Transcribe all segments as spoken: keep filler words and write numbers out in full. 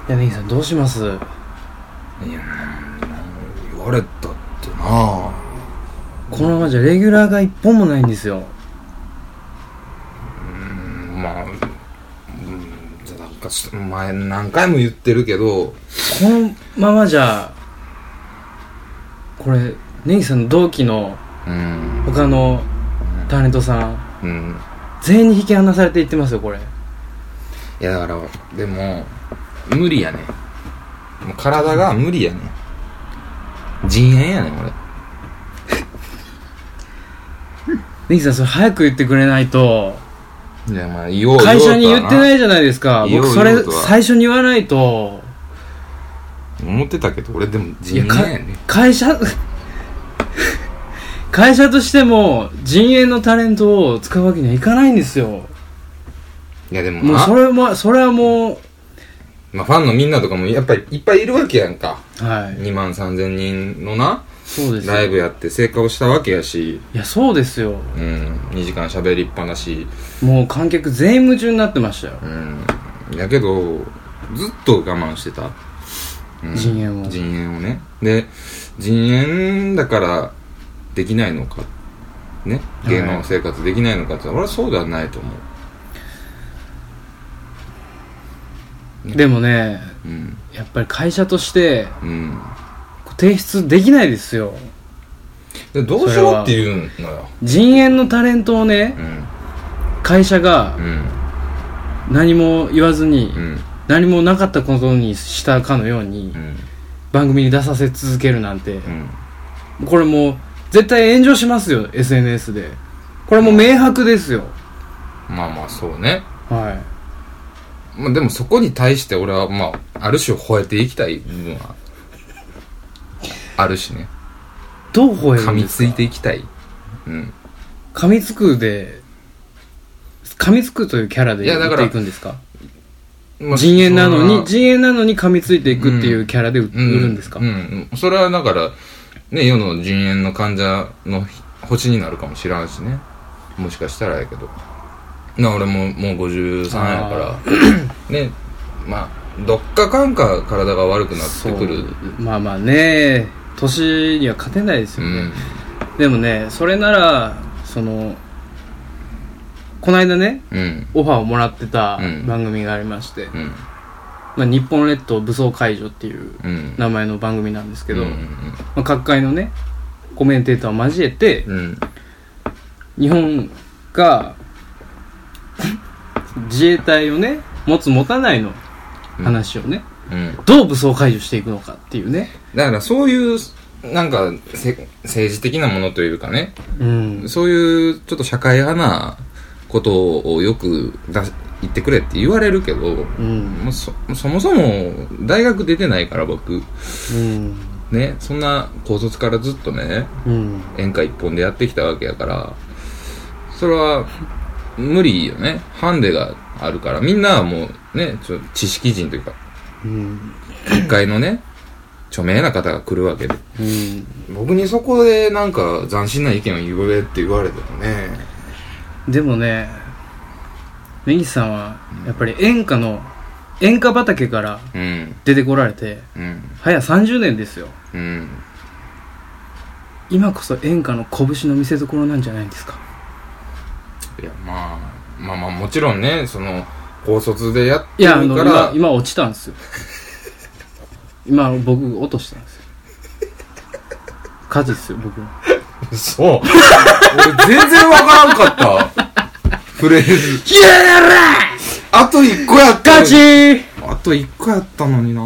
やネギさんどうします？いや言われたってな。 このままじゃレギュラーが一本もないんですよ。 うーんまあ、うん、じゃなんか前何回も言ってるけど、 このままじゃこれネギさんの同期の他のタレントさん、うん、全員に引き離されていってますよこれ。 いやだからでも無理やね。もう体が無理やね。腎炎やね俺。 ネギさんそれ早く言ってくれないと。 いやまあ言おう会社に言ってないじゃないですか。僕それ最初に言わないと。 思ってたけど俺でも腎炎やね。 会社会社としても腎炎のタレントを使うわけにはいかないんですよ。 いやでももうそれもそれはもう、 まあ、ファンのみんなとかもやっぱりいっぱいいるわけやんか、 はい、 にまんさんぜんにんのな、 そうですライブやって成果をしたわけやし。 いやそうですよ、 うん、にじかん喋りっぱなし、 もう観客全員夢中になってましたよ。 うん、やけどずっと我慢してた、 うん、腎炎を腎炎をね。で腎炎だからできないのかね、芸能生活できないのかって、はい、俺はそうではないと思う。 でもね、うん、やっぱり会社として、うん、提出できないですよ。 でどうしようっていうのよ。 腎炎のタレントをね、うん、会社が何も言わずに、うん、何もなかったことにしたかのように、うん、番組に出させ続けるなんて、うん、これもう絶対炎上しますよ エスエヌエス で。これもう明白ですよ。 まあまあそうね。 はい。 まあ、でもそこに対して俺はまあある種吠えていきたい部分はあるしね。 どう吠えるんですか？ 噛みついていきたい。うん。 噛みつくで噛みつくというキャラで売っていくんですか？まあ、腎炎なのに腎炎なのに噛みついていくっていうキャラで売るんですか？ うん、うんうん、それはだからね、世の腎炎の患者の星になるかもしらんしね。もしかしたらやけど。な俺ももうごじゅうさんやからね、まあどっかかんか体が悪くなってくる。 まあまあね、年には勝てないですよね、うん、でもねそれならそのこの間ね、うん、オファーをもらってた番組がありまして、うん、まあ、日本列島武装解除っていう名前の番組なんですけど、うんうんうん、まあ、各界のねコメンテーターを交えて、うん、日本が自衛隊をね持つ持たないの話をね、うんうん、どう武装解除していくのかっていうね。 だからそういうなんか政治的なものというかね、うん、そういうちょっと社会派なことをよく出し言ってくれって言われるけど、うん、もう そ, そもそも大学出てないから僕、うん、ね、そんな高卒からずっとね、うん、演歌一本でやってきたわけやから、それは無理よね。ハンデがあるからみんなはもうね、ちょ知識人というか、うん、一回のね著名な方が来るわけで、うん、僕にそこでなんか斬新な意見を言えって言われてもね。 でもね、根岸さんはやっぱり演歌の演歌畑から出てこられて、うん、早さんじゅうねんですよ、うん、今こそ演歌の拳の見せ所なんじゃないんですか？ いや、まあ、まあまあもちろんね、その高卒でやってるから。いや、あの 今, 今落ちたんですよ今僕落としたんですよ。火事ですよ僕は。 そう。俺全然わからんかったフレーズ。 いやらあと一個やったのに。 火事あと一個やったのにな。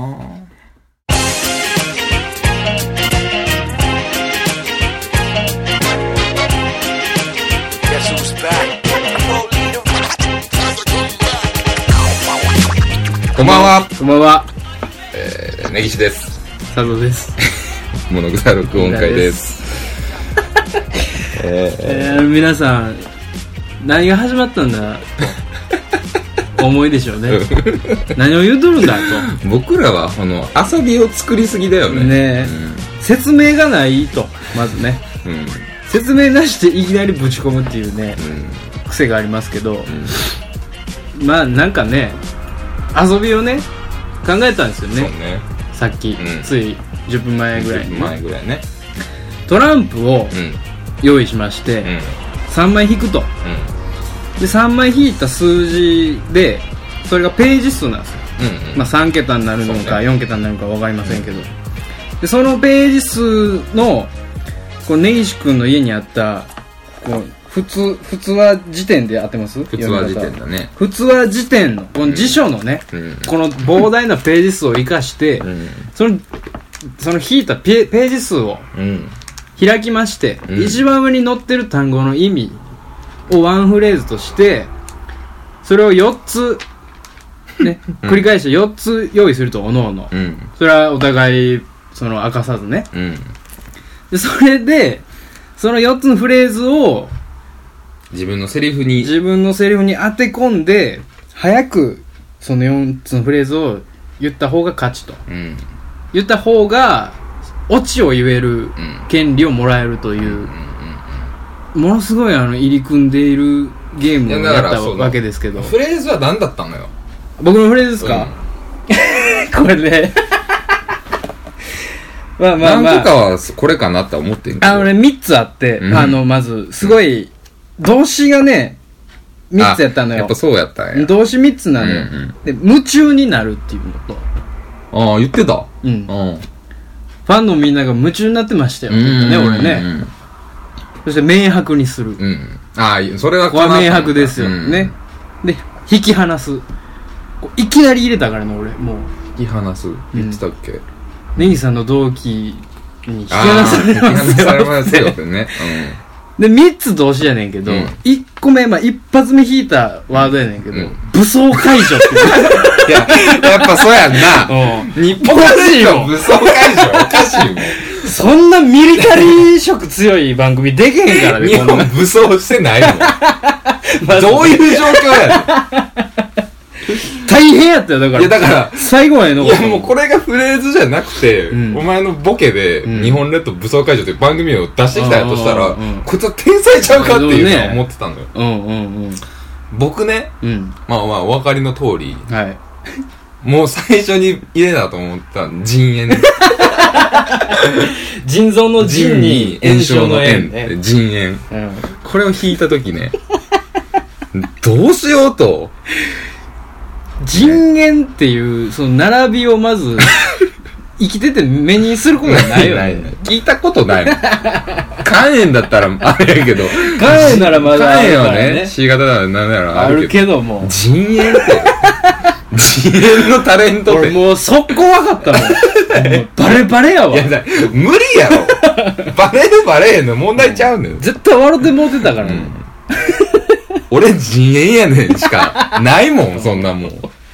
こんばんは。 こんばんは。 えー、根岸です。 佐藤です。 物草録音会です。 えーえー、皆さん何が始まったんだと思いでしょうね何を言うとるんだと。 僕らはこの遊びを作りすぎだよね。 ね、うん、説明がないとまずね、うん、説明なしでいきなりぶち込むっていうね、うん、癖がありますけど、うん、まあなんかね遊びをね考えたんですよね。 そうね。 さっき、うん、ついじゅっぷんまえぐらいに、ね、 じゅっぷんまえぐらいね。 トランプを用意しまして、うん、さんまい引くと、うん、でさんまい引いた数字でそれがページ数なんですよ、うんうん、まあ、さんけたになるのか、ね、よんけたになるのか分かりませんけど、でそのページ数のこう根岸君の家にあったこう普通普通は辞典で合ってます？ 普通は辞典だね。 普通は辞典のこの辞書のね、うん、この膨大なページ数を生かして、うん、そのその引いたページ数を開きまして、うん、一番上に載ってる単語の意味をワンフレーズとしてそれをよっつね繰り返してよっつ用意するとおのおの、うん、それはお互いその明かさずね、うん、でそれでそのよっつのフレーズを自分のセリフに自分のセリフに当て込んで早くそのよっつのフレーズを言った方が勝ちと、うん、言った方がオチを言える権利をもらえるという、うんうんうん、ものすごいあの入り組んでいるゲームをやったわけですけど、 フレーズは何だったのよ。 僕のフレーズですか、うん、これねまあまあまあ何とかはこれかなって思ってんけど、 あのねみっつあって、うん、あのまずすごい、うん動詞がねみっつやったのよ。 やっぱそうやったんや。 動詞みっつなのよ、うんうん、で夢中になるっていうのと、 ああ言ってた、 うん、うん、ファンのみんなが夢中になってましたよ、うんね、俺ね、うん、そして明白にする、うん、 ああそれはここは明白ですよ、うん、ね。で引き離す、こういきなり入れたからね俺もう引き離す言ってたっけ、 ネギさんの同期に引き離されますよ。引き離されますよってね、うんでみっつ動詞やねんけど、うん、いっこめ、まあ、一発目引いたワードやねんけど、うん、武装解除っていややっぱそうやんな、 うん、日本人武装解除おかしいもんそんなミリタリー色強い番組できへんからね日本武装してないもんどういう状況やねん大変やったよだから。 いやだから最後まで残る。 いやもうこれがフレーズじゃなくて、うん、お前のボケで日本列島武装解除という番組を出してきたやとしたら、うん、こいつは天才ちゃうかっていうのは思ってたんだよ。うんうんうん。僕ね、うん、まあまあお分かりの通り、はい、もう最初に入れたと思った腎炎腎臓の腎に炎症の炎ね。 腎炎、うん。これを引いたときね、どうしようと。 腎炎っていうその並びをまず生きてて目にすることはないよね聞いたことないもん肝炎だったらあれやけど肝炎ならまだあるからね、肝炎はね C 型なら何ならあるけども腎炎って腎炎のタレントって俺もう速攻分かったもんもうバレバレやわ。 いや無理やろバレるバレへんの問題ちゃうのよ。 絶対笑ってもうてたからね、うん俺腎炎やねんしかないもんそんなもん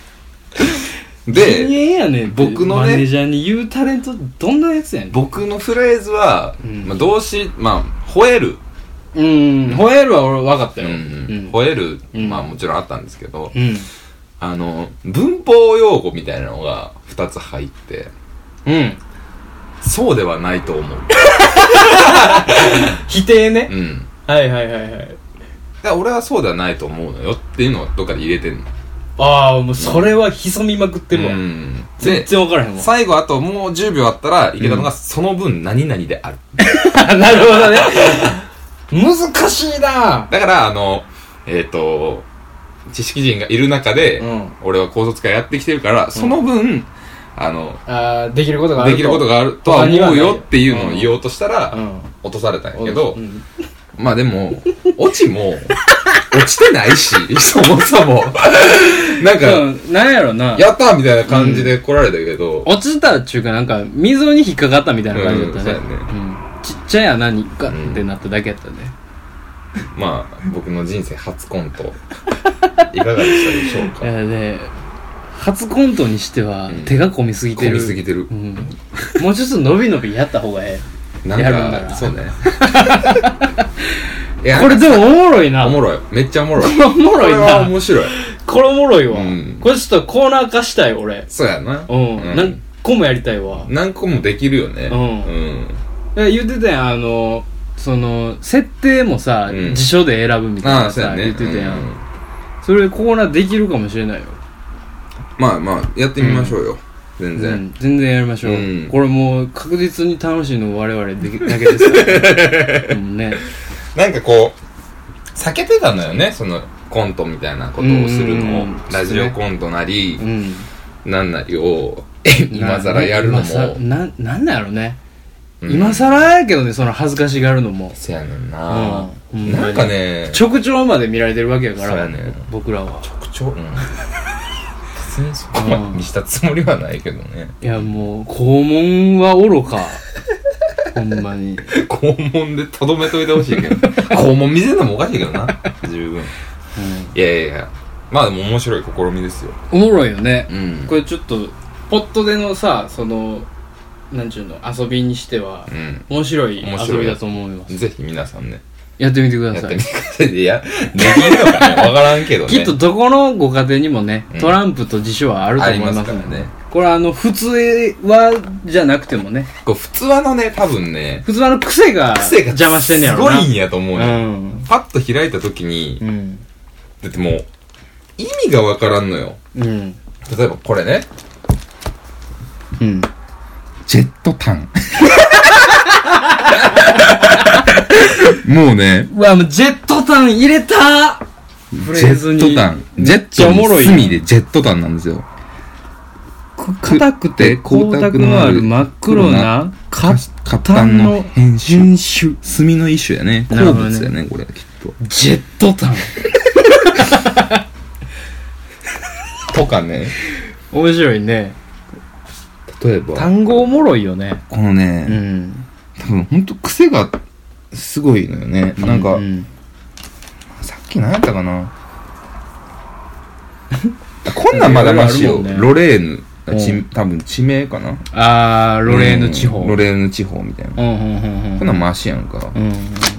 で腎炎やねん僕のねマネージャーに言うタレントどんなやつやねん。 僕のフレーズは、うんまあ、動詞まあ吠えるうん吠えるは俺分かったよ、うんうん、 吠える、うん、まあもちろんあったんですけど、うん、あの文法用語みたいなのがふたつ入ってうんそうではないと思う否定ね、うん、はいはいはいはいいや俺はそうではないと思うのよっていうのをどっかで入れてんの。 ああもうそれは潜みまくってるわ、うん、全然分からへんわ。 最後あともうじゅうびょうあったらいけたのが、うん、その分何々であるなるほどね難しいな。 だからあのえっ、ー、と知識人がいる中で、うん、俺は高卒会やってきてるから、うん、その分あのあできることがあるとできることがあるとは思うよっていうのを言おうとしたら、うん、落とされたんやけど、うん、まあでも落ちも落ちてないしそもそもなんか、 うん、なんやろなやったーみたいな感じで来られたけど、 うん、落ちたっていうかなんか溝に引っかかったみたいな感じだったね、うん、そうやね、うん、ちっちゃい穴にガッってなっただけやったね、 うん、まあ僕の人生初コントいかがでしたでしょうか。 いやね初コントにしては手が込みすぎてる、 込みすぎてる、 うん、もうちょっと伸び伸びやった方がええなんかやるんだらそうねいやこれでもおもろいな。 おもろいめっちゃおもろいこれおもろいな。 これは面白いこれおもろいわ、うん、これちょっとコーナー化したい俺。 そうやな、 うん、うん、何個もやりたいわ。 何個もできるよね。うん、 うん、言ってたやんあのその設定もさ、うん、辞書で選ぶみたいなさ、ね、言ってたやん、うん、それコーナーできるかもしれないよ。 まあまあやってみましょうよ、うん、全然、うん、 全然やりましょう、うん、これもう確実に楽しいの我々だけですからねねなんかこう避けてたのよね、そのコントみたいなことをするのを、ラジオコントなり、うん、なんなりを今更やるのもな、なんなんやろね、うん、今更やけどね、その恥ずかしがるのもせやねんな、うん、なんかね直腸まで見られてるわけやから、 そうやねん僕らは直腸、うん別にそこまで見したつもりはないけどね、 いやもう肛門は愚かほんまに肛門でとどめといてほしいけど肛門見せるのもおかしいけどな十分、うん、いやいやいや、まあでも面白い試みですよ。 おもろいよね、うん、これちょっとポットでのさ、そのなんちゅうの遊びにしては、うん、面白い遊びだと思います。 ぜひ皆さんねやってみてください。 やってみてください。いや、できるのかね、わからんけどね。 きっとどこのご家庭にもね、トランプと辞書はあると思いますので、うん、ね。これあの普通はじゃなくてもね、 こう普通はのね、多分ね、 普通はの癖が邪魔してんねやろな。 すごいんやと思うよ、うん、パッと開いた時に、うん、だってもう意味がわからんのよ、うん、例えばこれね、うん、ジェットタンもうね、 うわ、もうジェットタン入れたフレーズに。 ジェットタン、ジェットの隅でジェットタンなんですよ。 硬くて光沢のある真っ黒な活炭の変種、炭の一種やね、鉱物やね、これきっと。 ジェットタンとかね、 面白いね。 例えば単語おもろいよね、 このね、うん、多分ほんと癖がすごいのよね、うん、なんか、うん、さっき何やったかなこんなんまだマシよ、ね、ロレーヌ、ち多分地名かな、 あーロレーヌ地方、 うん、ロレーヌ地方みたいな、うんうんうんうん、こんなんマシやんか、うん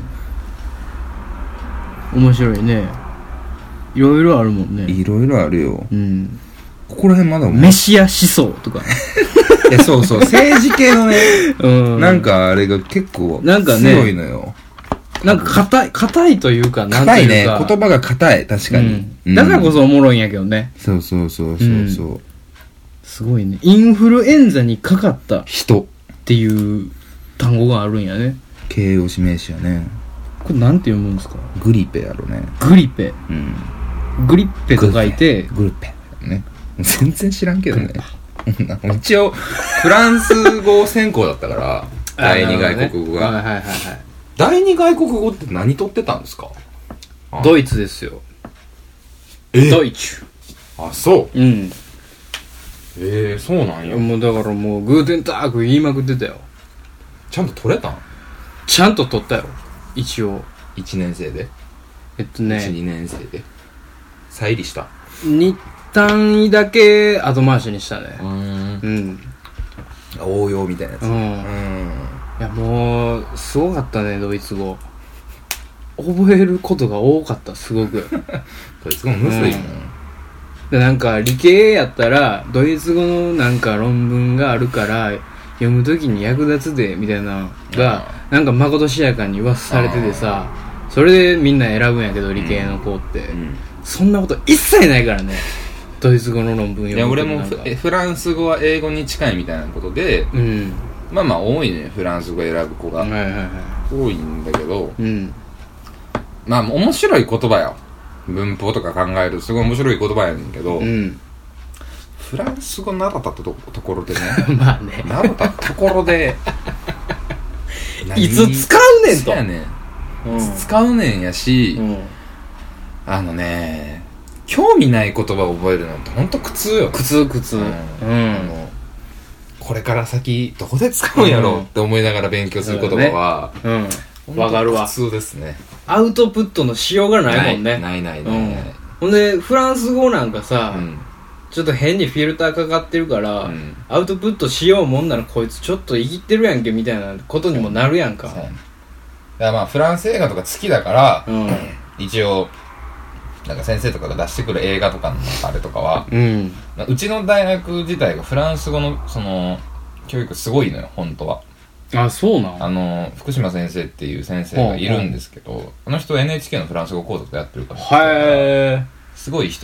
うん、面白いね、いろいろあるもんね、 いろいろあるよ、うん、ここら辺まだメシア思想とかいやそうそう政治系のね、うん、なんかあれが結構強いのよ、 なんか硬い硬いというか、なん硬いね、言葉が硬い、確かに、 うん、だからこそおもろいんやけどね、 そうそうそうそうそう、うん、 すごいね、インフルエンザにかかった人っていう単語があるんやね、 形容詞名詞やね、 これなんて読むんですか、 グリペやろね、 グリペ、うん、グリッペと書いてグリペね、全然知らんけどね一応フランス語専攻だったから第二外国語が、はいはいはいはい、第二外国語って何取ってたんですか？ ドイツですよ。 えドイツ。 あ、そう。 うん。 えー、そうなんや。 もうだからもうグーテンターク言いまくってたよ。 ちゃんと取れたん？ ちゃんと取ったよ。一応。 一年生で。 えっとね。 一二年生で。再入りした。 に単位だけ後回しにしたね。うん。うん。 応用みたいなやつ。うん。うん、 いやもうすごかったね、ドイツ語。覚えることが多かった、すごく。 ドイツ語むずいもん。うん、 でなんか理系やったらドイツ語のなんか論文があるから読むときに役立つでみたいなのがなんかまことしやかに噂されててさ、それでみんな選ぶんやけど理系の子って、うんうん、そんなこと一切ないからね。ドイツ語の論文読む。いや俺もフランス語は英語に近いみたいなことで、うん、まあまあ多いね、フランス語選ぶ子が、はいはいはい、多いんだけど、うん、まあ面白い言葉よ、文法とか考えるすごい面白い言葉やねんけど、うん、フランス語習ったと, ところでねまあね習ったところでいつ使うねんと、 そうやねん、うん、いつ使うねんやし、うん、あのね興味ない言葉を覚えるのってほんと苦痛よ。 苦痛苦痛、うんうん、 あのこれから先どこで使うんやろうって思いながら勉強する言葉は、うんうん、わかるわ。普通ですね。 アウトプットのしようがないもんね。 ないないないね、 うん、ほんでフランス語なんかさ、うん、ちょっと変にフィルターかかってるから、うん、アウトプットしようもんならこいつちょっといぎってるやんけみたいなことにもなるやんか。そうそう。だからまあフランス映画とか好きだから、うん、一応なんか先生とかが出してくる映画とかのあれとかは、うん、うちの大学自体がフランス語のその教育すごいのよ本当は。 あ、そうなん。 あの福島先生っていう先生がいるんですけど、うんうん、あの人 エヌエイチケー のフランス語講座とやってるから、 へー、 すごい人やね。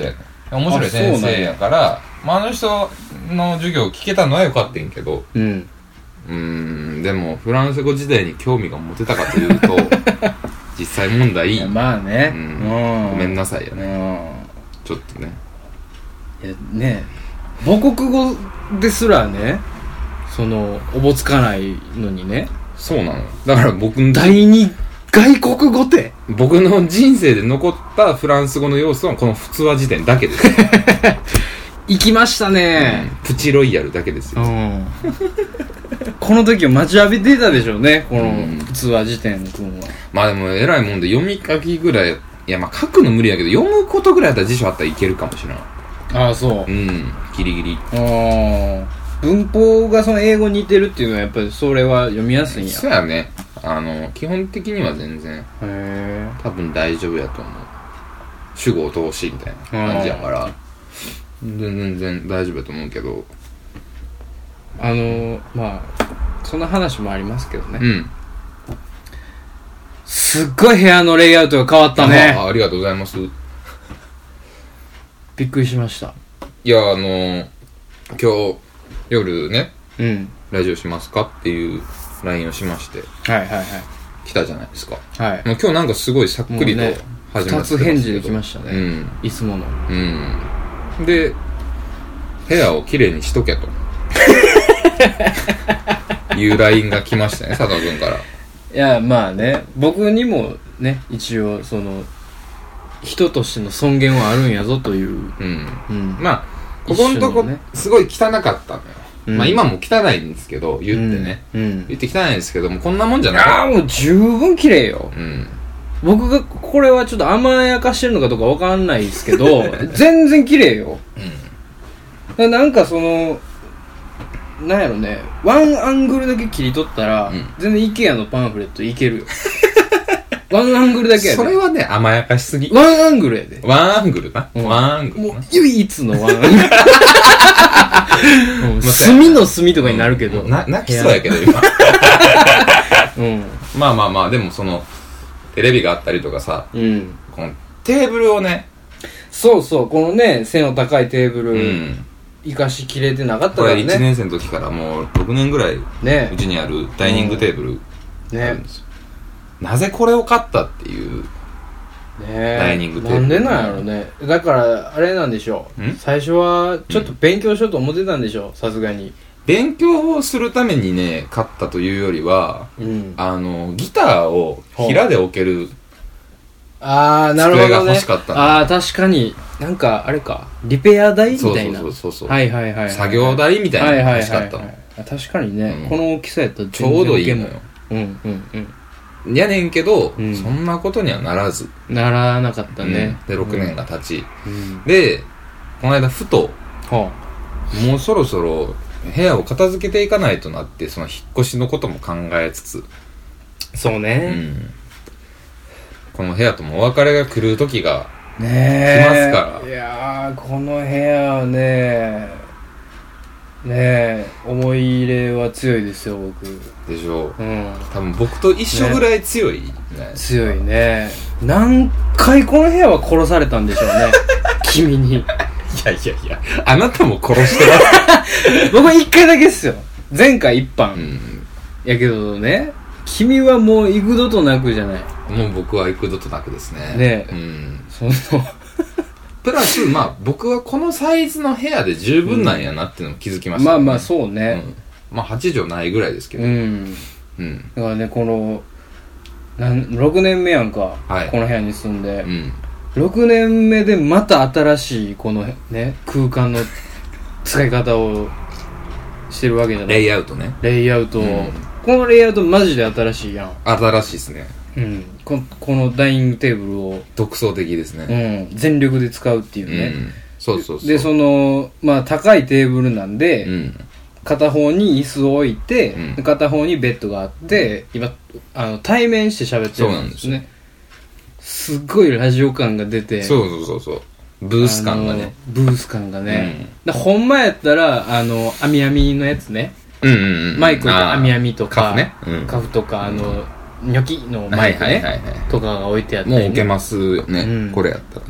面白い先生やから、あ, まあ、あの人の授業を聞けたのはよかったんけど、うん、うーんでもフランス語時代に興味が持てたかというと実際問題まあね、 うん、ごめんなさいよね、ちょっとねいやね母国語ですらねそのおぼつかないのにねそうなのだから僕の第二外国語って僕の人生で残ったフランス語の要素はこの普通話辞典だけです行きましたね、 うん、プチロイヤルだけですよ、うん、 この時を待ちわびていたでしょうねこの普通話辞典君は、 まあでも偉いもんで読み書きぐらいいやまあ書くの無理やけど読むことぐらいだったら辞書あったらいけるかもしれないああそううんギリギリああ文法がその英語に似てるっていうのはやっぱりそれは読みやすいんやそうやねあの基本的には全然へ多分大丈夫やと思う主語を通しみたいな感じやから全然大丈夫やと思うけどあのまあそんな話もありますけどねうんすっごい部屋のレイアウトが変わったねあ, あ, ありがとうございますびっくりしましたいやあの今日夜ね、うん、ラジオしますかっていう ライン をしましてはいはいはい来たじゃないですかはいもう今日なんかすごいさっくりと始まってますけど、ね、ふたつ返事できましたね、うん、いつものうんで部屋をきれいにしとけという ライン が来ましたね佐藤君からいやまあね僕にもね一応その人としての尊厳はあるんやぞという、うんうん、まあここのとこすごい汚かったのよ、うん、まあ今も汚いんですけど言ってね、うんうん、言って汚いんですけどもこんなもんじゃないああもう十分綺麗よ、うん、僕がこれはちょっと甘やかしてるのかどうかわかんないですけど全然綺麗よ、うん、なんかそのなんやろねワンアングルだけ切り取ったら、うん、全然 IKEA のパンフレットいけるよワンアングルだけやでそれはね甘やかしすぎワンアングルやでワンアングルな、うん、ワンアングルなもう唯一のワンアングルうん、隅の隅とかになるけど、 うん、な泣きそうやけど今、うん、まあまあまあでもそのテレビがあったりとかさ、うん、このテーブルをねそうそうこのね背の高いテーブル、うん生かしきれてなかったからねこれいちねん生の時からもうろくねんぐらいうちにあるダイニングテーブルあるんですよ、ね、なぜこれを買ったっていうねダイニングテーブルなんでなんやろねだからあれなんでしょう最初はちょっと勉強しようと思ってたんでしょさすがに勉強をするためにね買ったというよりは、うん、あのギターを平で置けるああなるほどね机が欲しかったのああ確かになんかあれかリペア台みたいなそうそうそうそうはいはいはい、はい、 作業台みたいなのが欲しかったの、はいはいはいはい、 確かにね、うん、この大きさやったらちょうどいいのようんうんうんやねんけど、うん、そんなことにはならずならなかったね、 うん、でろくねんが経ち、うん、でこの間ふと、はあ、もうそろそろ部屋を片付けていかないとなってその引っ越しのことも考えつつそうね、 うんこの部屋ともお別れが来る時が来ますから、 ね、いやーこの部屋はねねえ思い入れは強いですよ僕でしょう、うん、多分僕と一緒ぐらい強い、ねね、強いね何回この部屋は殺されたんでしょうね君にいやいやいやあなたも殺してます僕は一回だけっすよ前回一般、うん、やけどね君はもう幾度となくじゃないもう僕は幾度となくですねねえ、うん、そのプラスまあ僕はこのサイズの部屋で十分なんやなっていうのも気づきました、 ねうん、まあまあそうね、 うん、まあはちじょうないぐらいですけど、うんうん、だからねこのなんろくねんめやんか、はい、この部屋に住んで、うん、ろくねんめでまた新しいこのね空間の使い方をしてるわけじゃないレイアウトねレイアウトを、うん、このレイアウトマジで新しいやん新しいですねうん、こ, このダイニングテーブルを独創的ですね、 うん、全力で使うっていうね、うん、 そうそうそうでそのまあ高いテーブルなんで、うん、片方に椅子を置いて、うん、片方にベッドがあって、うん、今あの対面して喋ってるんですねすっごいラジオ感が出てそうそうそうそうブース感がねブース感がね、うん、だほんまやったらあの網網のやつね、うんうんうん、マイクで網網とかカフね、 うん、カフとかあの、うんニョキのマイクね、はいはいはいはい、とかが置いてあって、ね、 もう置けますよね、うん、これやったらね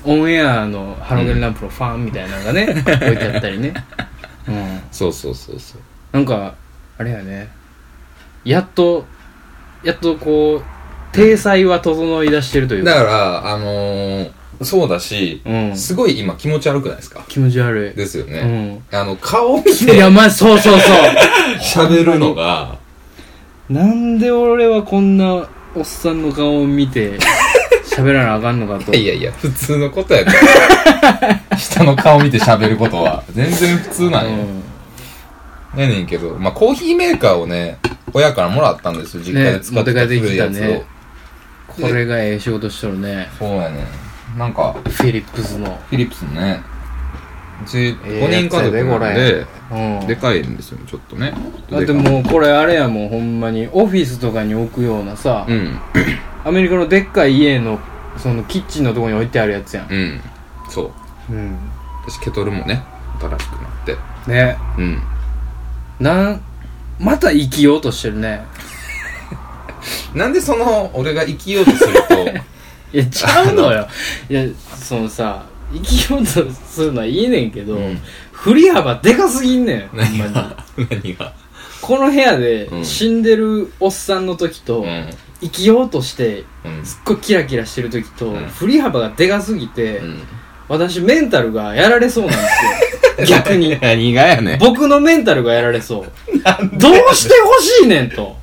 オンエアのハロゲンランプのファンみたいなのがね、うん、置いてあったりね、うん、 そうそうそうそう、 なんかあれやね、やっとやっとこう体裁は整い出してるというか、 だからあのー、そうだし、うん、すごい今気持ち悪くないですか？ 気持ち悪いですよね、うん、あの顔見ていやまあそうそうそう喋るのがなんで俺はこんなおっさんの顔を見て喋らなあかんのかと。 いやいや普通のことやから人の顔見て喋ることは全然普通なんよ、うん、やねんけど、まあコーヒーメーカーをね親からもらったんですよ、実家で使ってた古いやつを、ね、 これがええ仕事しとるね。 そうやね、なんかフィリップスのフィリップスのね、うちごにん家族なんで、うん、でかいんですよちょっとね。 だってもうこれあれやもん、ほんまにオフィスとかに置くようなさ、うん、アメリカのでっかい家のそのキッチンのところに置いてあるやつやん。 うん、そう、うん、私ケトルもね新しくなってね、うん、なんまた生きようとしてるねなんでその俺が生きようとするといやちゃうのよいやそのさ生きようとするのはいいねんけど、うん、振り幅でかすぎんねん。 何が何がこの部屋で死んでるおっさんの時と、うん、生きようとしてすっごいキラキラしてる時と、うん、振り幅がでかすぎて、うん、私メンタルがやられそうなんですよ逆に何がやねん、 僕のメンタルがやられそうどうしてほしいねんと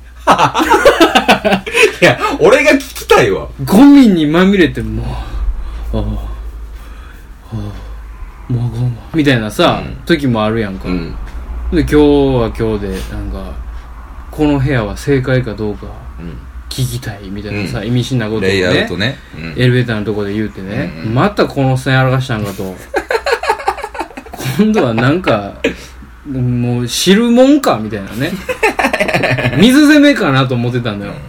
いや俺が聞きたいわ。 ゴミにまみれてもうああはあ、もうごもみたいなさ、うん、時もあるやんか、うん、で今日は今日でなんかこの部屋は正解かどうか聞きたいみたいなさ、うん、意味深なことをね、 レイアウトね、 うん、エレベーターのとこで言うてね、うんうん、またこの線やらかしたんかと今度はなんかもう知るもんかみたいなね水攻めかなと思ってたんだよ、うん、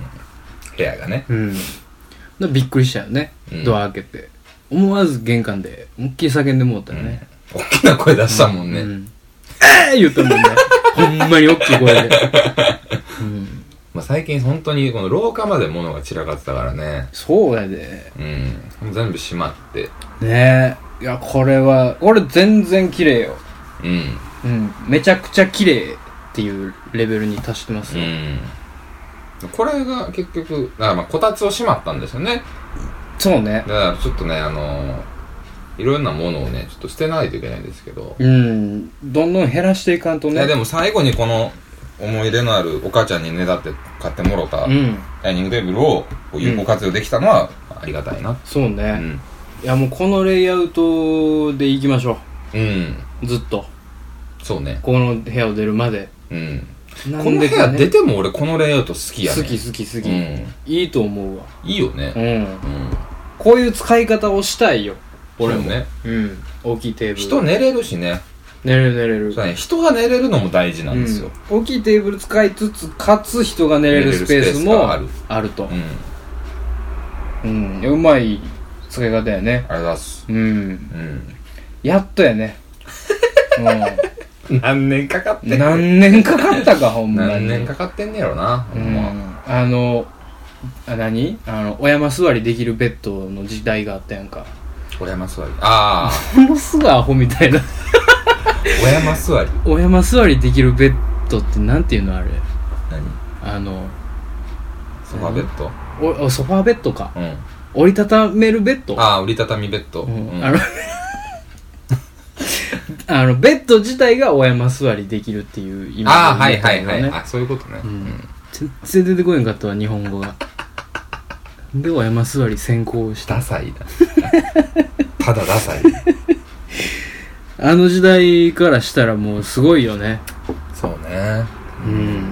部屋がね、 うん、びっくりしたよね、うん、ドア開けて思わず玄関で思いっきり叫んでもうたよね、 うん、大きな声出したもんね、うんうん、 えー言ったもんねほんまに大きい声で、 うんまあ、最近本当にこの廊下まで物が散らかってたからね。 そうやで、 うん、全部閉まってねえ。いやこれはこれ全然綺麗よ、うんうん、めちゃくちゃ綺麗っていうレベルに達してますよ、 うん、これが結局だからまあこたつをしまったんですよね。 そうね。 だからちょっとねあのいろんなものをねちょっと捨てないといけないんですけど、 うんどんどん減らしていかんとね。いやでも最後にこの思い入れのあるお母ちゃんにねだって買ってもろたダイニングテーブルを有効活用できたのはありがたいな、うん、 そうね、うん、いやもうこのレイアウトでいきましょう、うん、ずっとそうねこの部屋を出るまで、うん、 なんでかね、この部屋出ても俺このレイアウト好きやね。 好き好き好き、うん、いいと思うわ。 いいよね、うんうん、 こういう使い方をしたいよ俺もね、 うん、大きいテーブル人寝れるしね。 寝れる寝れるそう、ね、人が寝れるのも大事なんですよ、 うん、大きいテーブル使いつつかつ人が寝れるスペースもあるあると、うん、うん、うまい使い方やね。 ありがとうございます、うんうん、やっとやね、 うん、何年かかってん何年かかったかほんまに何年かかってんねやろな、ほんま、 うん、あのあ何あのお山座りできるベッドの時代があったやんか。 お山座りああものすごいアホみたいなお山座りお山座りできるベッドってなんていうのあれ。何あのソファーベッドおソファーベッドか、うん、折りたためるベッド。 ああ折りたたみベッド、うんうん、あのあのベッド自体がお山座りできるっていう意味で、ね、 ああはいはいはいあそういうことね、うんうん、 全然出てこへんかったわ日本語がでお山座り先行した。 ダサいだただダサいあの時代からしたらもうすごいよね。 そうね、 うん、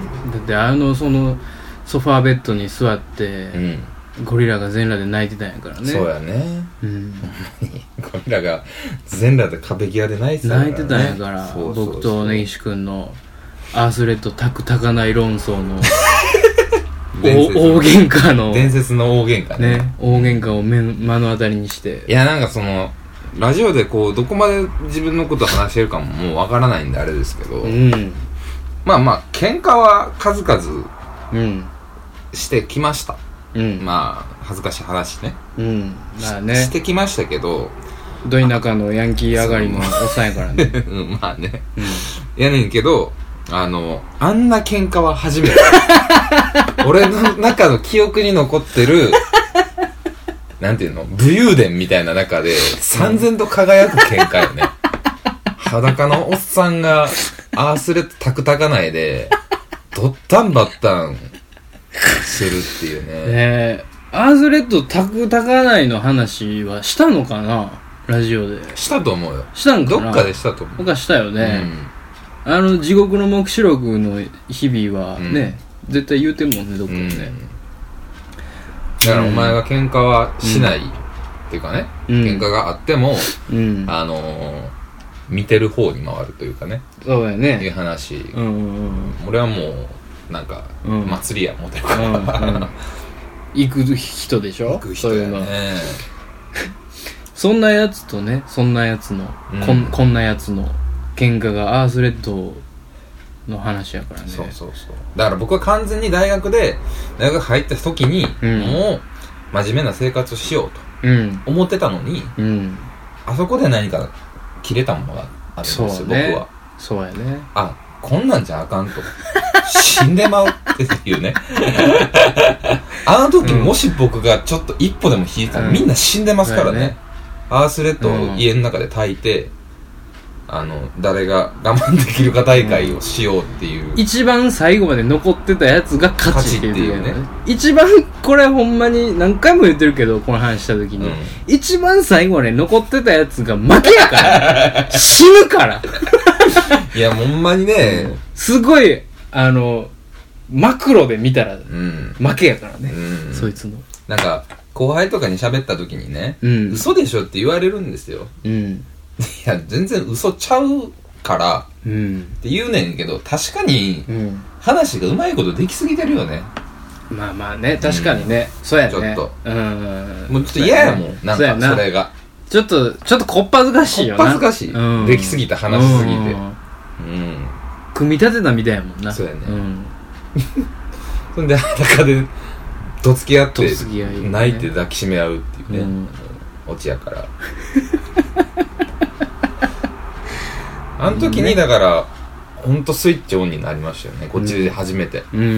だってあのそのソファーベッドに座って、うん、ゴリラが全裸で泣いてたんやからね。 そうやね、うん、ゴリラが全裸で壁際で泣いてたんやから、ね、 泣いてたんやからそうそうそう僕と根岸君のアースレッドタクタカナイ論争の大喧嘩の伝説の大喧嘩 ね, ね大喧嘩を目目の当たりにして。 いやなんかそのラジオでこうどこまで自分のことを話してるかももうわからないんであれですけど、うん、まあまあ喧嘩は数々してきました、うん、まあ恥ずかしい話ね、うんまあね、してきましたけどど田舎のヤンキー上がりのおっさんやからねうんまあね、うん、やねんけどあのあんな喧嘩は初めて俺の中の記憶に残ってるなんていうの武勇伝みたいな中で燦然と輝く喧嘩よね、うん、裸のおっさんがアースレットタクタカ内でドッタンバッタンしてるっていうね。 えー、アースレットタクタカ内の話はしたのかなラジオで。 したと思うよ。 したんかな。 どっかでしたと思う。 僕はしたよね、うん、あの地獄の黙示録の日々はね、うん、絶対言うてんもんねどっかでね、うん、 だからお前が喧嘩はしない、うん、っていうかね、うん、喧嘩があっても、うん、あのー、見てる方に回るというかね、 そうやねいう話、 うんうんうん、 俺はもうなんか、うん、祭りや思てるから、うんうん、 行く人でしょ。 行く人やね。 そんなやつとね、そんなやつの、うん、こん、こんなやつの喧嘩がアースレッドの話やからね。 そうそうそう。だから僕は完全に大学で大学入った時に、うん、もう真面目な生活をしようと思ってたのに、うん、あそこで何か切れたものがあるんですよ、ね、僕は。 そうやね。 あ、こんなんじゃあかんと。死んでまうっていうね。あの時もし僕がちょっと一歩でも引いたら、うん、みんな死んでますからね。ねアースレッドを家の中で炊いて、うん、あの誰が我慢できるか大会をしようっていう、 うん、一番最後まで残ってたやつが勝ちっていうね。一番これほんまに何回も言ってるけどこの話した時に、うん、一番最後まで残ってたやつが負けやから死ぬからいやほんまにね、 うん、すごいあのマクロで見たら負けやからね、うん、そいつのなんか後輩とかに喋った時にね、うん、嘘でしょって言われるんですよ、うん、いや全然嘘ちゃうから、うん、って言うねんけど確かに話がうまいことできすぎてるよね。 まあまあね確かにね、うん、そうやね。 ちょっとうんもうちょっと嫌やもん、ね、なんかそれがちょっとちょっとこっぱずかしいよな。 こっぱずかしい、うん、できすぎた話しすぎて、うん、 組み立てたみたいやもんな。 そうやね、うん、そんで裸でどつき合って泣いて抱きしめ合うっていうね、うん、オチやからあの時にだからほんとスイッチオンになりましたよね、こっちで初めて、うん、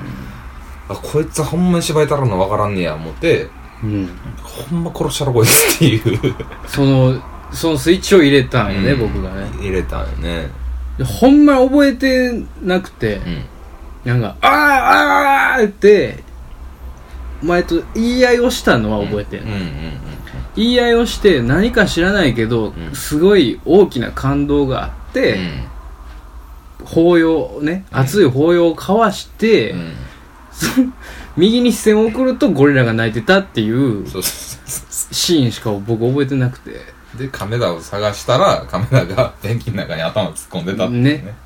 あこいつはほんまに芝居たらんの分からんねや思って、うん、ほんま殺したらこいつっていうそのそのスイッチを入れたんよね、うん、僕がね入れたんよね。 ほんま覚えてなくて、うん、なんかあーあーってお前と言い合いをしたのは覚えてる、うんうんうんうん、言い合いをして何か知らないけど、うん、すごい大きな感動があって、うん、抱擁ね、うん、熱い抱擁を交わして、うん、右に視線を送るとゴリラが泣いてたっていうシーンしか僕覚えてなくて、 でカメラを探したらカメラが電気の中に頭突っ込んでたってね、ね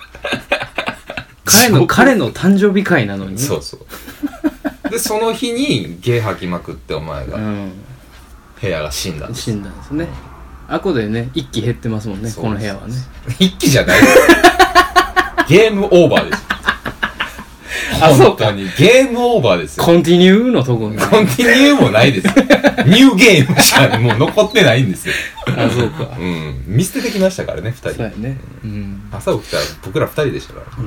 彼の彼の誕生日会なのに、ね、 そうそうでその日にゲー吐きまくってお前が、うん、部屋が死んだんです死んだんですね。あこでね一気減ってますもんね、この部屋はね。 一気じゃないゲームオーバーですあそうかゲームオーバーですよ。 コンティニューのとこね。 コンティニューもないですニューゲームしかもう残ってないんですよあそうか、 うん、見捨ててきましたからねふたり。 そうやね、うん、 朝起きたら僕らふたりでしたから、うん、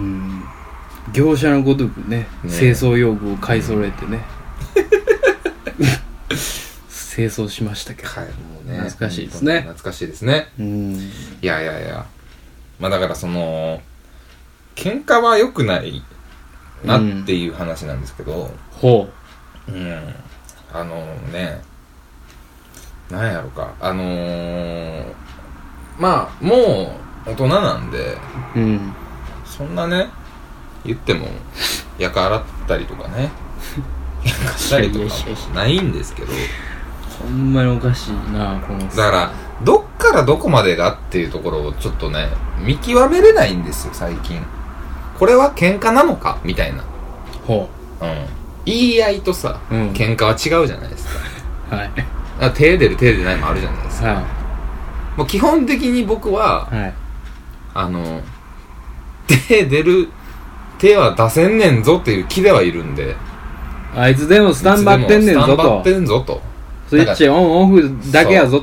業者のごとくね、清掃用具を買い揃えてね、うん、清掃しましたけど、はい、もうね懐かしいですね。 懐かしいですね、うん、いやいやいやまあだからその喧嘩は良くないなっていう話なんですけど、うん、 ほう、うん、あのねなんやろかあのー、まあもう大人なんで、うん、そんなね言ってもやか洗ったりとかねやかしたりとかないんですけどほんまにおかしいなこの。 だからどっからどこまでがっていうところをちょっとね見極めれないんですよ最近。これは喧嘩なのかみたいな。 ほう、うん、言い合いとさ、うん、喧嘩は違うじゃないですか。 はい。 だから手出る手出ないもあるじゃないですか。はい。もう基本的に僕は、はい、あの手出る手は出せんねんぞっていう気ではいるんで。 あいつでもスタンバってんねんぞと。 スタンバってんぞと。 スイッチオンオフだけやぞと。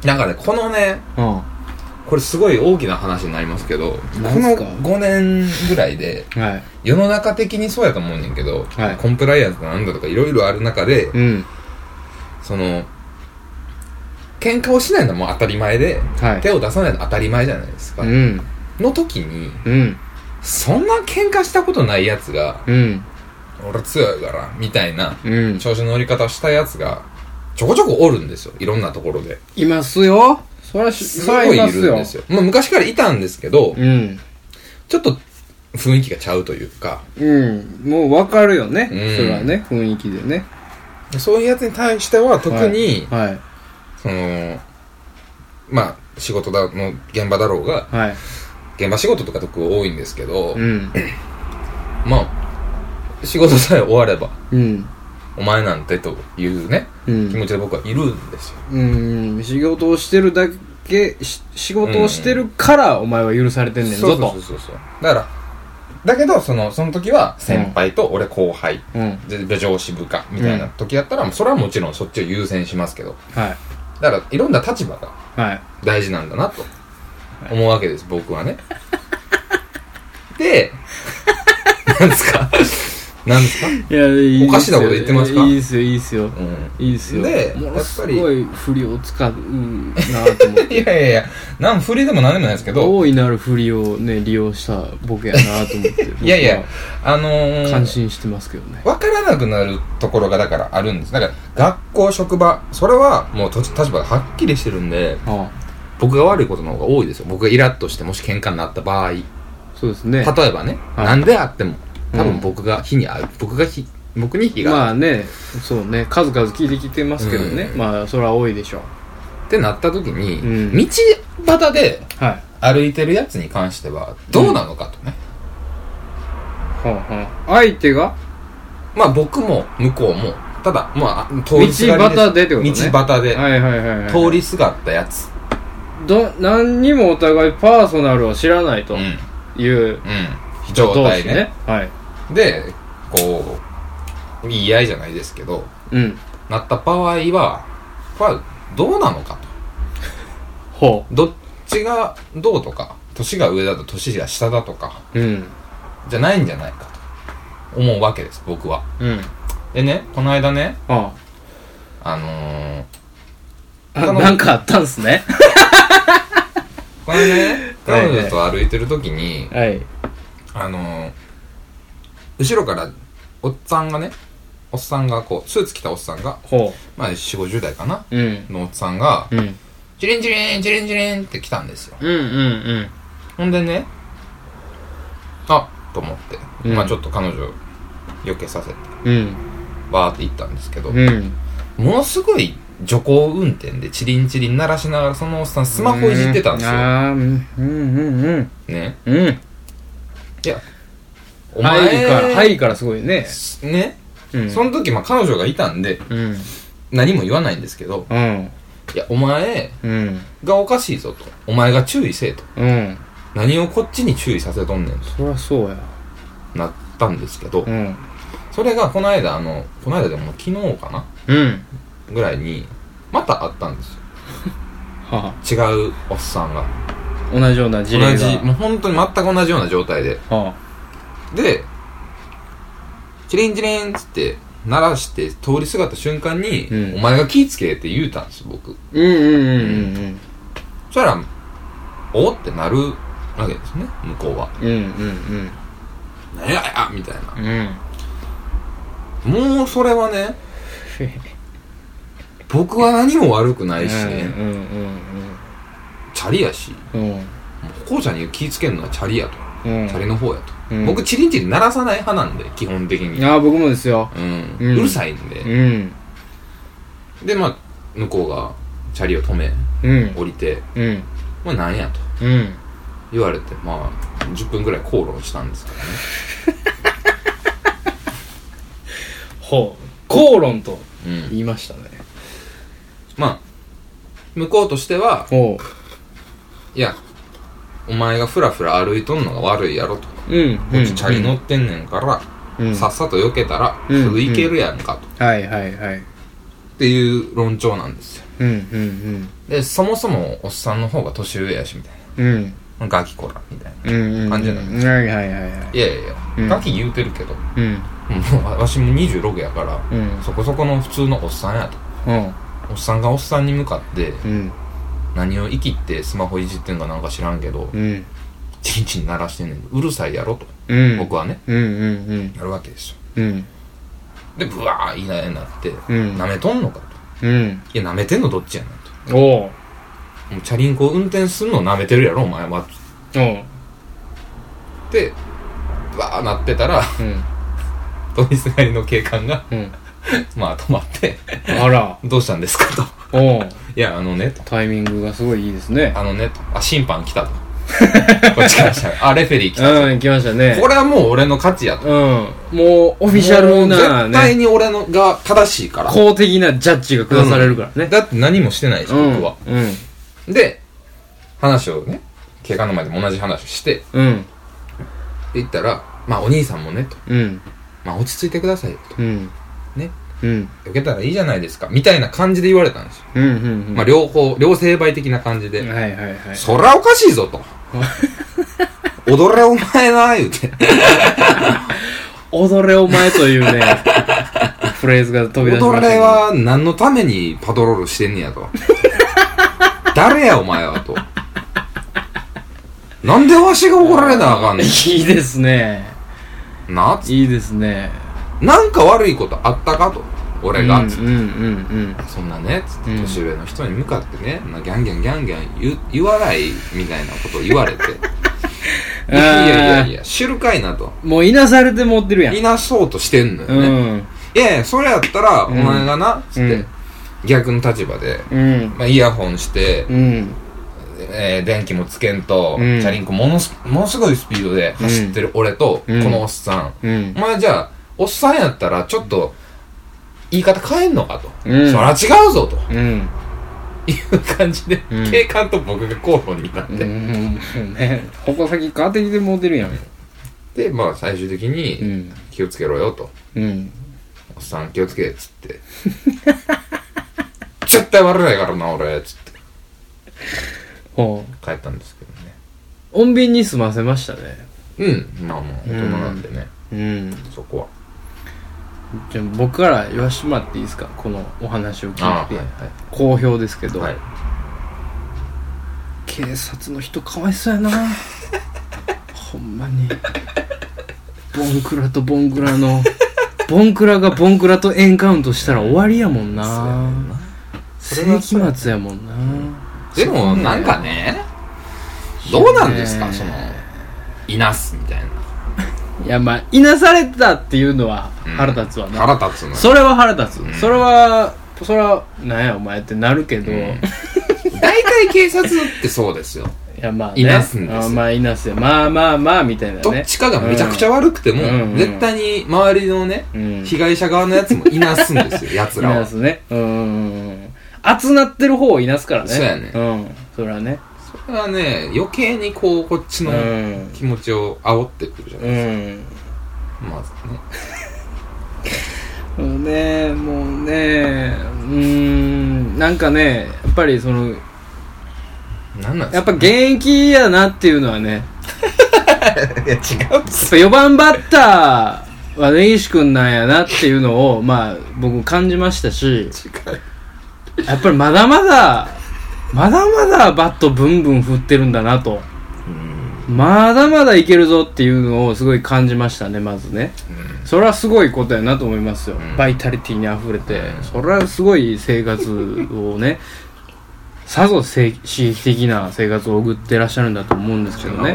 なんかねこのね、うん、これすごい大きな話になりますけど、このごねんぐらいで、はい、世の中的にそうやと思うねんけど、はい、コンプライアンスなんだとかいろいろある中で、うん、その喧嘩をしないのも当たり前で、はい、手を出さないの当たり前じゃないですか、うん、の時に、うん、そんな喧嘩したことないやつが、うん、俺強いからみたいな、うん、調子の乗り方したやつがちょこちょこおるんですよ、いろんなところで。 いますよ、それはすごいいるんですよ。 まあ、昔からいたんですけど、うん、ちょっと雰囲気がちゃうというか、 うん、もう分かるよね、うん、それはね、雰囲気でね。 そういうやつに対しては特に、はいはい、そのまあ仕事だの現場だろうが、はい、現場仕事とか特に多いんですけど、うん、まあ仕事さえ終われば、うん、お前なんてというね、うん、気持ちで僕はいるんですよ。 うん、仕事をしてるだけ仕事をしてるからお前は許されてんねんぞと。そうそうそうそう。 だからだけどそのその時は先輩と俺後輩、うん、で上司部下みたいな時やったら、うん、それはもちろんそっちを優先しますけど、はい、だからいろんな立場が大事なんだなと思うわけです、はい、僕はね。でなんですかなんですか。いや、いいおかしなこと言ってますか。 いいですよ、いいですよ、うん、いいですよ。で、やっぱりすごい振りを使うなと思って。 いやいやいや、なん振りでもなんでもないですけど、 大いなる振りをね利用したボケやなと思って。 いやいや、あのー、 感心してますけどね。 分からなくなるところがだからあるんです。だから学校職場それはもう立場がはっきりしてるんで、はあ、僕が悪いことの方が多いですよ。僕がイラッとしてもし喧嘩になった場合、 そうですね。 例えばね、はい、なんであっても。多分僕が火に合う、うん、僕が火僕に火が合う。 まあね、そうね、数々聞いてきてますけどね、うん、まあそれは多いでしょうってなった時に、うん、道端で歩いてるやつに関してはどうなのかとね、 うん、はあはあ、相手がまあ僕も向こうもただまあ通りすがりです。 道端でってことね。 道端で、 はいはいはいはい、 通りすがったやつど何にもお互いパーソナルを知らないという、うんうん、 状態ね。 ね、はい。 で、こう言い合いじゃないですけど、うん、なった場合は、これはどうなのかと。ほう。どっちがどうとか、年が上だと年が下だとか、うん、じゃないんじゃないかと思うわけです、僕は。うん、でね、この間ね、ああ、あのー、 あなんかあったんすね。 これね、彼女と歩いてる時に、はいはい、あのー、後ろからおっさんがね、おっさんがこうスーツ着たおっさんが、ほう、まあよんじゅうごじゅう代かな、うん、のおっさんが、うん、チリンチリンチリンチリンって来たんですよ。うんうんうん。ほんでね、あっと思って、うん、まあちょっと彼女避けさせて、うん、バーって行ったんですけど、うん、ものすごい徐行運転でチリンチリン鳴らしながらそのおっさんスマホいじってたんですよ。あー、うんうんうんね、うん。いや。 お前入りから、入りからすごいね。 ね、うん、その時、まあ、彼女がいたんで、うん、何も言わないんですけど、うん、いや、お前がおかしいぞと。お前が注意せえと。うん、何をこっちに注意させとんねんと。 そりゃそうや。 なったんですけど、うん、それがこの間、あの、この間でも昨日かな、うん、ぐらいに、またあったんですよ。はあ、違うおっさんが。 同じような事例が。 同じ、もう本当に全く同じような状態で。はあで、チリンチリンっつって鳴らして通りすがった瞬間に、うん、お前が気ぃつけって言うたんですよ、僕。うんうんうんうん。うん、そしたら、おってなるわけですね、向こうは。うんうんうん。何ややみたいな。うん。もうそれはね、僕は何も悪くないしね、うんうんうんうん、チャリやし、うん、こうちゃんに気ぃつけるのはチャリやと。うん、チャリの方やと、うん、僕チリンチリン鳴らさない派なんで基本的に。 ああ僕もですよ、 うんうん、うるさいんで、うん、でまあ向こうがチャリを止め、うん、降りて、うん、まあなんやと、うん、言われてまあじゅっぷんぐらい口論したんですからね。 ほう口論と言いましたね、 うん、まあ向こうとしてはほういやお前がフラフラ歩いとんのが悪いやろと、うん、こっちチャリ乗ってんねんから、うん、さっさと避けたらすぐ行けるやんかと、 うんうん、はいはいはいっていう論調なんですよ。 うんうんうん。 でそもそもおっさんの方が年上やしみたいな。うん。ガキコラみたいな感じなんですよ。 はいはいはいはい。いやいやいや、うん、ガキ言うてるけど、うん、もうわしもにじゅうろくやから、うん、そこそこの普通のおっさんやと、うん、おっさんがおっさんに向かって、うん、何を生きってスマホいじってんかなんか知らんけど、うん、チンチン鳴らしてんねん、うるさいやろと、うん、僕はね、うんうんうん、やるわけですよ、うん、でブワー言いなりになって、うん、舐めとんのかと、うん、いや舐めてんのどっちやねんと、おもうチャリンコ運転すんの舐めてるやろお前は。うんでバーなってたら、うん、通りすがりの警官が、うん、まあ止まってあらどうしたんですかと。おいやあのねとタイミングがすごいいいですね。 あのねとあ審判来たとこっちからしたらあレフェリー来たと、 うん来ましたね。 これはもう俺の勝ちやと、うん、 もうオフィシャルな、ね、 絶対に俺のが正しいから公的なジャッジが下されるからね、 うん、だって何もしてないし、うん、僕は、うん、で話をね警官の前でも同じ話をして、うん、って言ったらまあお兄さんもねと、うん、まあ落ち着いてくださいよと、うん、ね、うん、避けたらいいじゃないですかみたいな感じで言われたんですよ、うんうんうん、まあ両方両成敗的な感じで、はいはいはい、そりゃおかしいぞと踊れお前な言うて踊れお前というねフレーズが飛び出しました、ね、 踊れは何のためにパトロールしてんねやと誰やお前はとなんでわしが怒られなあかんねん。いいですね。 なっいいですね。 なんか悪いことあったかと俺がつって、うんうんうんうん、そんなねつって年上の人に向かってね、うん、ギャンギャンギャンギャン 言, 言わないみたいなことを言われていやいやいや知るかいなともういなされて持ってるやん。 いなそうとしてんのよね、うん、いやいやそれやったら、うん、お前がなつって、うん、逆の立場で、うんまあ、イヤホンして、うんえー、電気もつけんと、うん、チャリンコものす、ものすごいスピードで走ってる俺と、うん、このおっさん、うん、お前じゃあおっさんやったらちょっと言い方変えんのかと、うん、そら違うぞと、うん、いう感じで、うん、警官と僕が口論になって、うんうんね、矛先変わってきてもうてるやん。 でまあ最終的に、うん、気をつけろよと、うん、おっさん気をつけっつって絶対悪ないからな俺っつって帰ったんですけどね。 穏便に済ませましたね。 うんまあまあ大人なんでね、うん、うん、そこはじゃあ僕から言わしてもらっていいですか、このお話を聞いて、はいはい、好評ですけど、はい、警察の人かわいそうやなほんまにボンクラとボンクラのボンクラがボンクラとエンカウントしたら終わりやもんな。世紀末やもんな。 でもなんかねどうなんですかそのいなすみたいな。 いやまあいなされたっていうのは腹立つわな、 うん、腹立つのそれは腹立つ、うん、それはそれはなんやお前ってなるけど、うん、 大体警察ってそうですよ。 いやまあ、ね、 いなすんですよ。 あまあいなすよまあまあまあみたいなね。 どっちかがめちゃくちゃ悪くても、うん、絶対に周りのね、うん、被害者側のやつもいなすんですよ奴らは。いなすね。うん熱なってる方をいなすからね。 そうやね。 うんそれはね。 それはね余計にこうこっちの気持ちを煽ってくるじゃないですか、うん、まずねもうねもうねうーんなんかねやっぱりそのなんなんですか、ね、 やっぱ現役やなっていうのはねいや違うんですよ。よばんバッターは根岸くんなんやなっていうのをまあ僕感じましたし、やっぱりまだまだまだまだバットブンブン振ってるんだなと、うん、まだまだいけるぞっていうのをすごい感じましたね。まずね、うん、それはすごいことやなと思いますよ、うん、バイタリティにあふれて、うん、それはすごい生活をねさぞ刺激的な生活を送ってらっしゃるんだと思うんですけどね。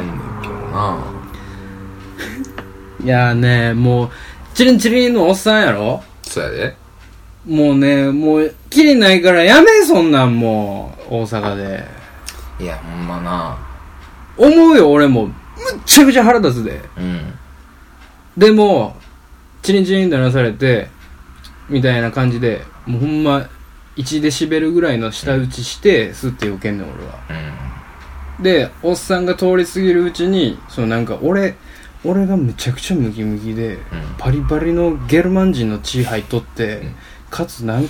いやーねもうチリンチリンのおっさんやろ。 そうやで。 もうねもうキリないからやめそんなんもう大阪で。 いやほんまな思うよ俺もむっちゃくちゃ腹立つで、うん、でもチリンチリンとなされてみたいな感じでもうほんまいちデシベルぐらいの舌打ちしてスッて避けんねん俺は、うん、でおっさんが通り過ぎるうちにそのなんか俺俺がむちゃくちゃムキムキで、うん、パリパリのゲルマン人の血入っとって、うん、かつなんか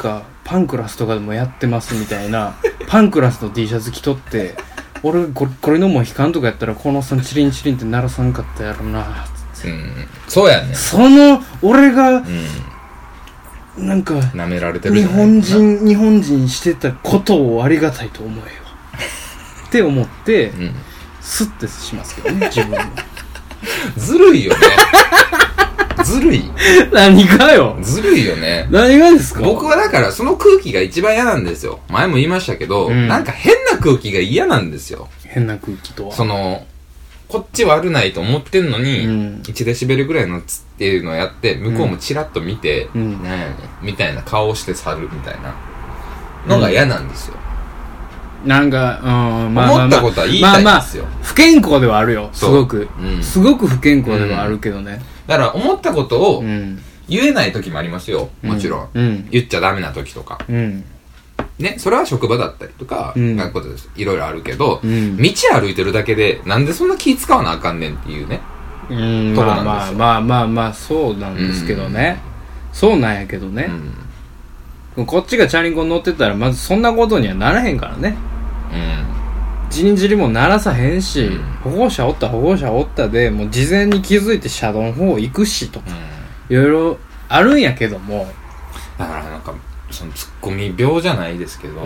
パンクラスとかでもやってますみたいなパンクラスの T シャツ着とって俺ここれのもう悲観とかやったらこのおっさんチリンチリンって鳴らさんかったやろなつって、 うん、そうやねその俺が、うん、なんか舐められてる日本人日本人してたことをありがたいと思えよって思って、うん、スッてしますけどね自分はずるいよねずるい何がよずるいよね何がですか。 僕はだからその空気が一番嫌なんですよ。前も言いましたけど、うん、なんか変な空気が嫌なんですよ。 変な空気とはそのこっち悪ないと思ってんのに、うん、いちデシベルぐらいのつっていうのをやって向こうもチラッと見て、うん、なんやねんみたいな顔をして去るみたいなのが嫌なんですよ、 うん、なんか、うん、 まあまあまあ、思ったことは言いたいんですよ、まあまあ、 不健康ではあるよすごく、うん、すごく不健康ではあるけどね、 うんだから思ったことを言えない時もありますよ、もちろん、うん、言っちゃダメな時とか、うん、ね、それは職場だったりとか、うん、学校でいろいろあるけど、うん、道歩いてるだけでなんでそんな気使わなあかんねんっていうね、 うん、とこなんですよ。まあまあまあまあそうなんですけどね、うん、そうなんやけどね、うん、こっちがチャリンコに乗ってたらまずそんなことにはならへんからね、うんじりじりも鳴らさへんし、うん、歩行者おった歩行者おったでもう事前に気づいて車道の方行くしとか、うん、いろいろあるんやけどもだからなんかそのツッコミ病じゃないですけど、うん、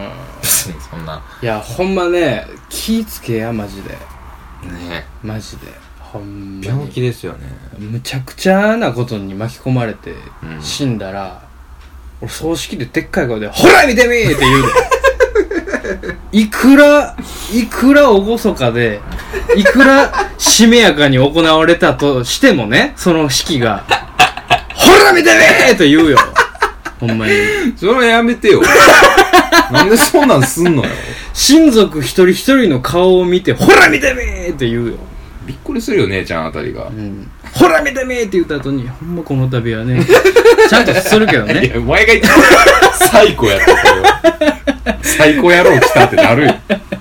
別にそんないやほんまね気ぃつけやマジでねマジでほんまに病気ですよね。 むちゃくちゃなことに巻き込まれて死んだら、うん、俺葬式ででっかい声でほら見てみーって言うでいくらいくら厳かでいくらしめやかに行われたとしてもねその式がほら見てみーって言うよほんまにそれはやめてよなんでそんなんすんのよ。 親族一人一人の顔を見てほら見てみーって言うよ。 びっくりするよ姉ちゃんあたりが、うん、 ほら見てみーって言った後にほんまこの度はねちゃんとするけどねいやお前が一番最高やったそれは最高野郎来たってなるよ